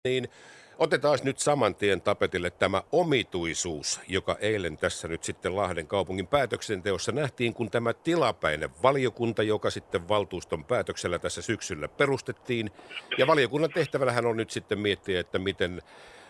Niin otetaan nyt saman tien tapetille tämä omituisuus, joka eilen tässä nyt sitten Lahden kaupungin päätöksenteossa nähtiin, kun tämä tilapäinen valiokunta, joka sitten valtuuston päätöksellä tässä syksyllä perustettiin. Ja valiokunnan tehtävänähän on nyt sitten miettiä, että miten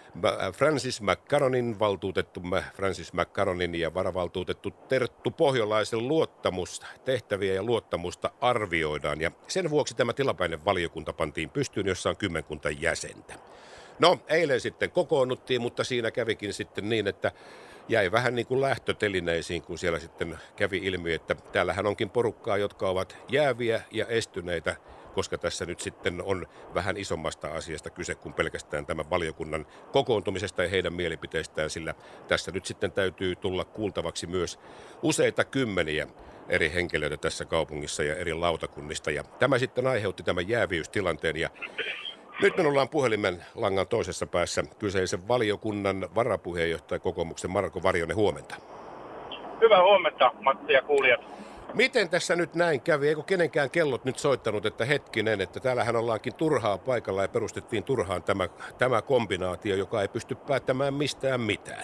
valtuutettu Francis McCarronin ja varavaltuutettu Terttu Pohjolaisen tehtäviä ja luottamusta arvioidaan. Ja sen vuoksi tämä tilapäinen valiokunta pantiin pystyyn, jossa on kymmenkunta jäsentä. No, eilen sitten kokoonnuttiin, mutta siinä kävikin sitten niin, että jäi vähän niin kuin lähtötelineisiin, kun siellä sitten kävi ilmi, että täällähän onkin porukkaa, jotka ovat jääviä ja estyneitä, koska tässä nyt sitten on vähän isommasta asiasta kyse kuin pelkästään tämän valiokunnan kokoontumisesta ja heidän mielipiteistään, sillä tässä nyt sitten täytyy tulla kuultavaksi myös useita kymmeniä eri henkilöitä tässä kaupungissa ja eri lautakunnista. Ja tämä sitten aiheutti tämän jääviystilanteen ja nyt minulla on puhelimen langan toisessa päässä kyseisen valiokunnan varapuheenjohtaja kokoomuksen Marko Varjonen. Huomenta. Hyvää huomenta, Matti ja kuulijat. Miten tässä nyt näin kävi? Eikö kenenkään kellot nyt soittanut, että hetkinen, että täällähän ollaankin turhaa paikalla ja perustettiin turhaan tämä kombinaatio, joka ei pysty päättämään mistään mitään?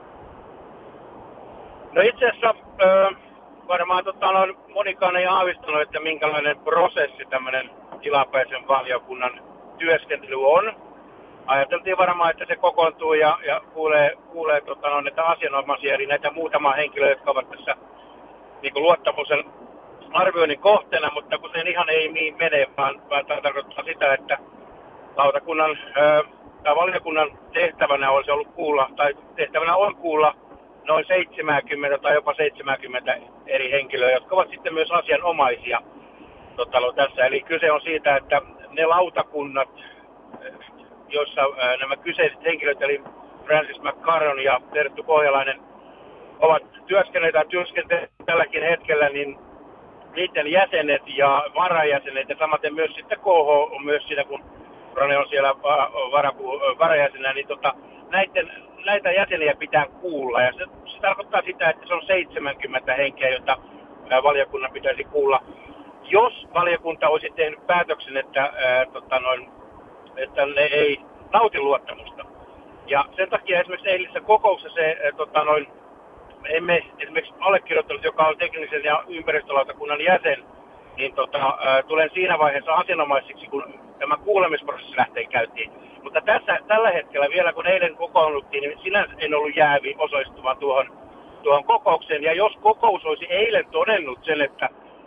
No itse asiassa varmaan monikaan ei aavistanut, että minkälainen prosessi tämmöinen tilapäisen valiokunnan työskentely on. Ajateltiin varmaan, että se kokoontuu ja kuulee näitä asianomaisia, eli näitä muutamaa henkilöä, jotka ovat tässä niin kuin luottamuksen arvioinnin kohteena, mutta kun se ihan ei niin mene, vaan tämä tarkoittaa sitä, että valiokunnan tehtävänä olisi ollut tehtävänä on kuulla noin 70 tai jopa 70 eri henkilöä, jotka ovat sitten myös asianomaisia tässä. Eli kyse on siitä, että ne lautakunnat, joissa nämä kyseiset henkilöt, eli Francis McCarron ja Terttu Pohjalainen, ovat työskentelleet tälläkin hetkellä, niin niiden jäsenet ja varajäsenet ja samaten myös sitten KH on myös siinä, kun Rane on siellä varajäsenä, niin näitä jäseniä pitää kuulla. Ja se tarkoittaa sitä, että se on 70 henkeä, jota valiokunnan pitäisi kuulla. Jos valiokunta olisi tehnyt päätöksen, että ne ei nauti luottamusta. Ja sen takia esimerkiksi eilisessä kokouksessa emme esimerkiksi allekirjoittanut, joka on teknisen ja ympäristölautakunnan jäsen, niin tulen siinä vaiheessa asianomaisiksi, kun tämä kuulemisprosessi lähtee käyntiin. Mutta tällä hetkellä vielä, kun eilen kokoonnuttiin, niin sinänsä en ollut jäävi osallistumaan tuohon kokoukseen. Ja jos kokous olisi eilen todennut sen, että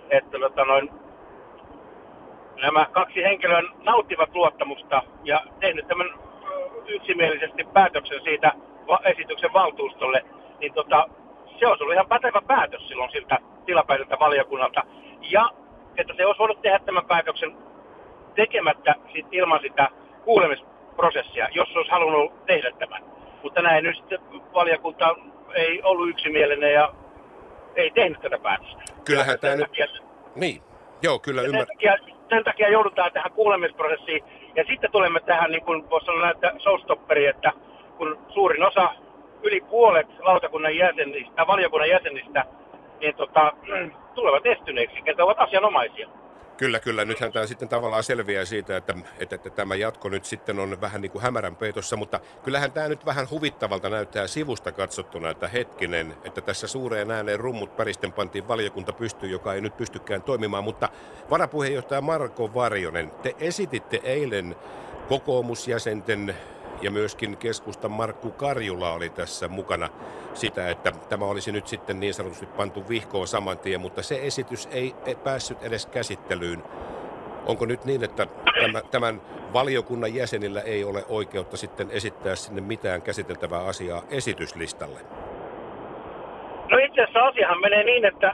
nämä kaksi henkilöä nauttivat luottamusta ja tehnyt tämän yksimielisesti päätöksen siitä esityksen valtuustolle, niin se olisi ollut ihan pätevä päätös silloin siltä tilapäiseltä valiokunnalta. Ja että se olisi voinut tehdä tämän päätöksen tekemättä ilman sitä kuulemisprosessia, jos se olisi halunnut tehdä tämän. Mutta näin nyt sitten valiokunta ei ollut yksimielinen ja ei tehnyt tätä päätöstä. Kyllähän tämä nyt... Niin, joo, kyllä ymmärrän. Sen takia joudutaan tähän kuulemisprosessiin. Ja sitten tulemme tähän, niin kuin voisi sanoa, että showstopperi, että kun suurin osa, yli puolet valiokunnan jäsenistä, niin tulevat estyneiksi, ketä ovat asianomaisia. Kyllä. Nythän tämä sitten tavallaan selviää siitä, että tämä jatko nyt sitten on vähän niin kuin hämärän peitossa, mutta kyllähän tämä nyt vähän huvittavalta näyttää sivusta katsottuna, että hetkinen, että tässä suureen ääneen rummut päristen pantiin valiokunta pystyyn, joka ei nyt pystykään toimimaan, mutta varapuheenjohtaja Marko Varjonen, te esititte eilen kokoomusjäsenten ja myöskin keskustan Markku Karjula oli tässä mukana sitä, että tämä olisi nyt sitten niin sanotusti pantu vihkoon saman tien, mutta se esitys ei päässyt edes käsittelyyn. Onko nyt niin, että tämän valiokunnan jäsenillä ei ole oikeutta sitten esittää sinne mitään käsiteltävää asiaa esityslistalle? No itse asiassa asiahan menee niin, että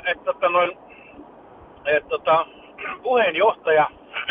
puheenjohtaja,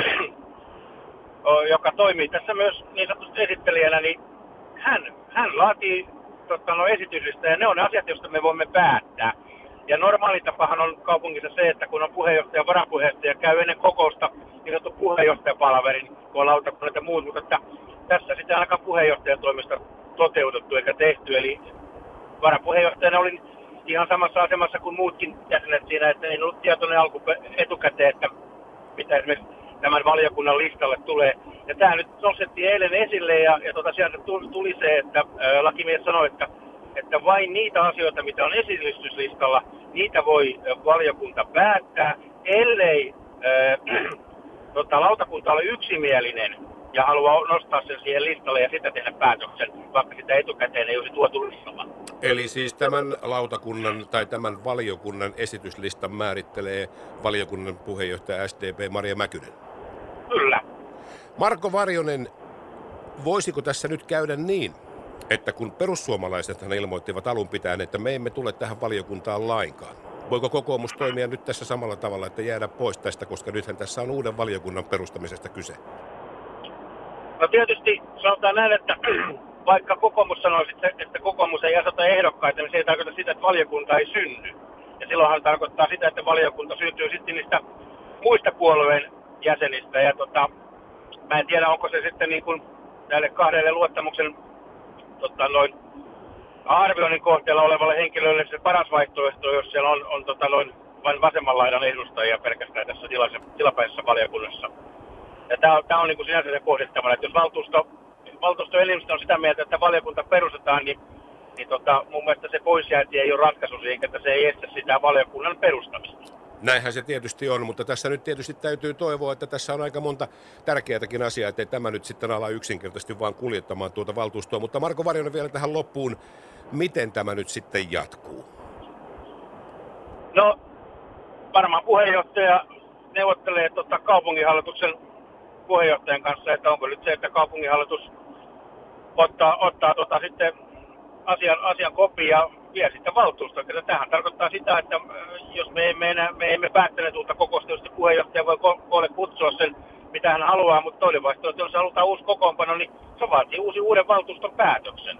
joka toimii tässä myös niin sanotusti esittelijänä, niin hän laatii esityslistä ja ne on ne asiat, joista me voimme päättää. Ja normaali tapahan on kaupungissa se, että kun on puheenjohtaja ja varapuheenjohtaja, käy ennen kokousta niin sanottu puheenjohtajapalaverin, kun on lautakunnat ja muut, mutta että tässä sitten ainakaan puheenjohtajan toimesta toteutettu eikä tehty. Eli varapuheenjohtajana olin ihan samassa asemassa kuin muutkin jäsenet siinä, että ei ollut tietoinen etukäteen, että mitä esimerkiksi tämän valiokunnan listalle tulee. Ja tämä nyt nostettiin eilen esille ja sieltä tuli se, että lakimies sanoi, että vain niitä asioita, mitä on esityslistalla, niitä voi valiokunta päättää, ellei lautakunta ole yksimielinen ja haluaa nostaa sen siihen listalle ja sitten tehdä päätöksen, vaikka sitä etukäteen ei olisi tuotu listalla. Eli siis tämän lautakunnan tai tämän valiokunnan esityslistan määrittelee valiokunnan puheenjohtaja SDP Marja Mäkynen. Kyllä. Marko Varjonen, voisiko tässä nyt käydä niin, että kun perussuomalaisethan ilmoittivat alun pitäen, että me emme tule tähän valiokuntaan lainkaan. Voiko kokoomus toimia nyt tässä samalla tavalla, että jäädä pois tästä, koska nythän tässä on uuden valiokunnan perustamisesta kyse? No tietysti sanotaan näin, että vaikka kokoomus sanoisi, että kokoomus ei aseta ehdokkaita, niin se ei tarkoita sitä, että valiokunta ei synny. Ja silloinhan tarkoittaa sitä, että valiokunta syntyy sitten niistä muista puolueen jäsenistä. Ja mä en tiedä, onko se sitten niin kuin näille kahdelle luottamuksen arvioinnin kohteella olevalle henkilölle se paras vaihtoehto, jos siellä on vain vasemman laidan edustajia pelkästään tässä tilapäisessä valiokunnassa. Ja tämä on niin kuin sinänsä se pohdittavana, että jos valtuustoelimistö on sitä mieltä, että valiokunta perustetaan, niin mun mielestä se poisjäänti ei ole ratkaisu siihen, että se ei estä sitä valiokunnan perustamista. Näinhän se tietysti on, mutta tässä nyt tietysti täytyy toivoa, että tässä on aika monta tärkeätäkin asiaa, ettei tämä nyt sitten ala yksinkertaisesti vaan kuljettamaan tuota valtuustoa. Mutta Marko Varjonen vielä tähän loppuun, miten tämä nyt sitten jatkuu? No, varmaan puheenjohtaja neuvottelee kaupunginhallituksen puheenjohtajan kanssa, että onko nyt se, että kaupunginhallitus ottaa sitten asian kopin ja vie sitten valtuustoon. Tämähän tarkoittaa sitä, että jos me emme päättäneet uutta kokousta, jos puheenjohtaja voi koolle kutsua sen, mitä hän haluaa, mutta toinen vaihtoehto, jos halutaan uusi kokoonpano, niin se vaatii uuden valtuuston päätöksen.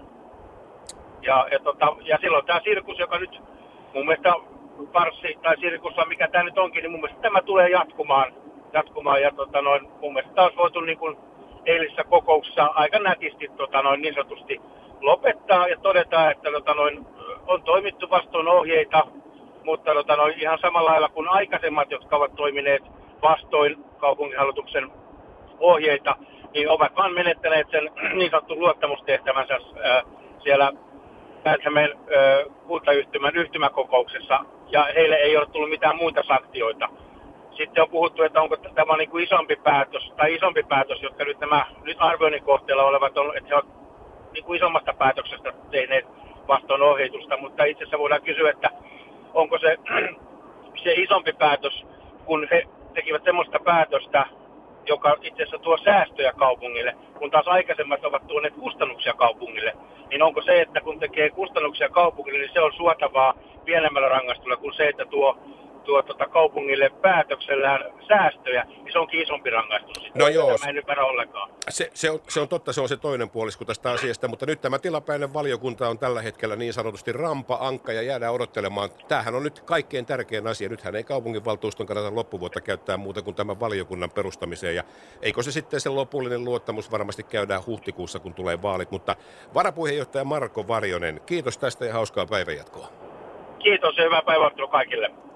Ja silloin tämä sirkus, joka nyt mun mielestä farssi tai sirkus, mikä tämä nyt onkin, niin mun mielestä tämä tulee jatkumaan ja mun mielestä tämä olisi voitu niin kuin eilisessä kokouksessa aika nätisti niin sanotusti lopettaa ja todeta, että on toimittu vastoin ohjeita, mutta ihan samalla lailla kuin aikaisemmat, jotka ovat toimineet vastoin kaupunginhallituksen ohjeita, niin ovat vain menettäneet sen niin sanotun luottamustehtävänsä siellä Päijät-Hämeen kuntayhtymän yhtymäkokouksessa, ja heille ei ole tullut mitään muita sanktioita. Sitten on puhuttu, että onko tämä niin kuin isompi päätös, jotka nyt arvioinnin kohteella olevat, että he ovat niin kuin isommasta päätöksestä tehneet vastoin ohjeitusta, mutta itse asiassa voidaan kysyä, että onko se isompi päätös, kun he tekivät semmoista päätöstä, joka itse asiassa tuo säästöjä kaupungille, kun taas aikaisemmat ovat tuoneet kustannuksia kaupungille, niin onko se, että kun tekee kustannuksia kaupungille, niin se on suotavaa pienemmällä rangaistulla kuin se, että tuo kaupungille päätöksellään säästöjä, niin se onkin isompi rangaistus. No joo. Tämä ei nyt määrä ollenkaan. Se on totta, se on se toinen puolisku tästä asiasta, mutta nyt tämä tilapäinen valiokunta on tällä hetkellä niin sanotusti rampa, ankka ja jäädään odottelemaan. Tämähän on nyt kaikkein tärkein asia. Nythän ei kaupunginvaltuuston kannata loppuvuotta käyttää muuta kuin tämän valiokunnan perustamiseen. Ja eikö se sitten se lopullinen luottamus varmasti käydään huhtikuussa, kun tulee vaalit. Mutta varapuheenjohtaja Marko Varjonen, kiitos tästä ja hauskaa päivänjatkoa. Kiitos ja hyvää päivänjatkoa kaikille.